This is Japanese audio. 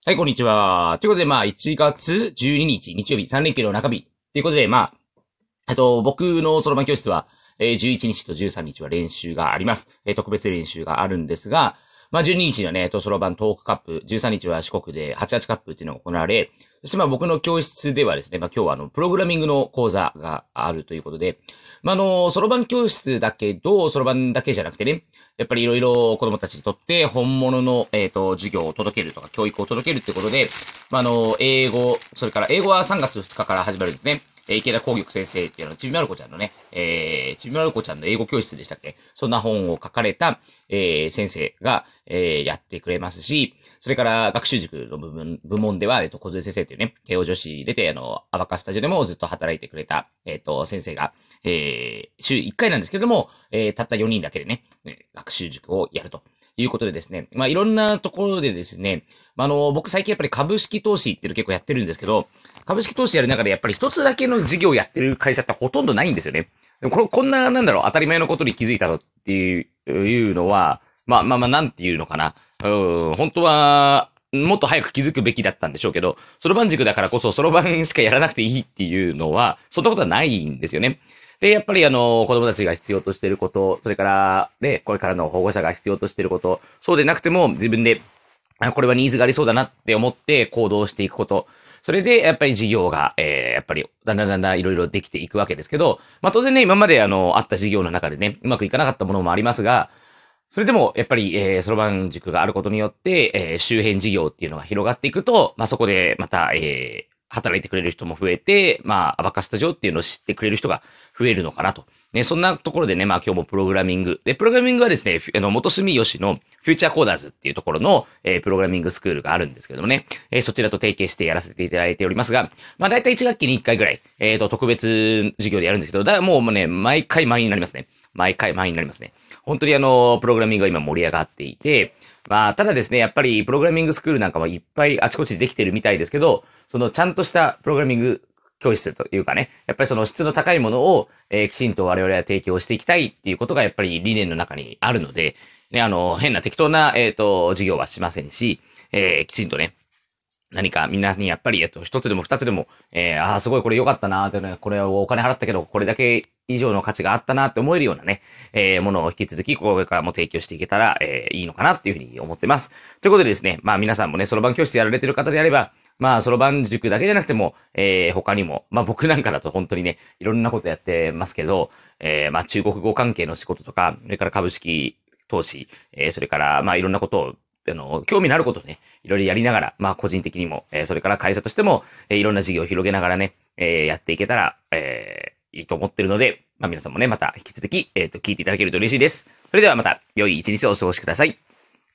はい、こんにちは。ということで、1月12日、日曜日、3連休の中日。ということで、僕のそろばん教室は、11日と13日は練習があります。特別練習があるんですが、12日にちにはね、そろばんトークカップ、13日は四国で88カップっていうのが行われ、そして僕の教室ではですね、今日はプログラミングの講座があるということで、そろばん教室だけど、そろばんだけじゃなくてね、やっぱりいろいろ子供たちにとって本物の、授業を届けるとか、教育を届けるってことで、英語、それから英語は3月2日から始まるんですね。池田光玉先生っていうのは、ちびまる子ちゃんのね、ちびまる子ちゃんの英語教室でしたっけ？そんな本を書かれた、先生が、やってくれますし、それから学習塾の部門では、小杉先生というね、慶応女子出て、アバカスタジオでもずっと働いてくれた、先生が、週1回なんですけれども、たった4人だけでね、学習塾をやるということでですね、いろんなところでですね、僕最近やっぱり株式投資っていうの結構やってるんですけど、株式投資やる中でやっぱり一つだけの事業をやってる会社ってほとんどないんですよね。でもこんな、当たり前のことに気づいたのっていうのは、なんていうのかな。本当は、もっと早く気づくべきだったんでしょうけど、そろばん塾だからこそそろばんしかやらなくていいっていうのは、そんなことはないんですよね。で、やっぱり子供たちが必要としていること、それから、これからの保護者が必要としていること、そうでなくても自分で、これはニーズがありそうだなって思って行動していくこと。それで、やっぱり事業が、やっぱり、だんだんいろいろできていくわけですけど、当然ね、今まであった事業の中でね、うまくいかなかったものもありますが、それでも、やっぱり、そろばん塾があることによって、周辺事業っていうのが広がっていくと、そこでまた、働いてくれる人も増えて、アバカスタジオっていうのを知ってくれる人が増えるのかなと。ね、そんなところでね、今日もプログラミング。で、プログラミングはですね、元住吉のフューチャーコーダーズっていうところの、プログラミングスクールがあるんですけどもね、そちらと提携してやらせていただいておりますが、だいたい1学期に1回ぐらい、特別授業でやるんですけど、もうね、毎回満員になりますね。毎回満員になりますね。本当にプログラミングが今盛り上がっていて、ただですね、やっぱりプログラミングスクールなんかもいっぱいあちこちできてるみたいですけど、そのちゃんとしたプログラミング教室というかね、やっぱりその質の高いものを、きちんと我々は提供していきたいっていうことがやっぱり理念の中にあるので、ね、変な適当な、授業はしませんし、きちんとね、何かみんなにやっぱり、一つでも二つでも、すごいこれ良かったなーってね、これをお金払ったけど、これだけ以上の価値があったなって思えるようなね、ものを引き続き、これからも提供していけたら、いいのかなっていうふうに思ってます。ということでですね、皆さんもね、そろばん教室やられてる方であれば、そろばん塾だけじゃなくても、他にも、僕なんかだと本当にね、いろんなことやってますけど、中国語関係の仕事とか、それから株式投資、それから、いろんなことを興味のあることをね、いろいろやりながら、個人的にも、それから会社としても、いろんな事業を広げながらね、やっていけたら、いいと思ってるので、皆さんもね、また引き続き、聞いていただけると嬉しいです。それではまた、良い一日をお過ごしください。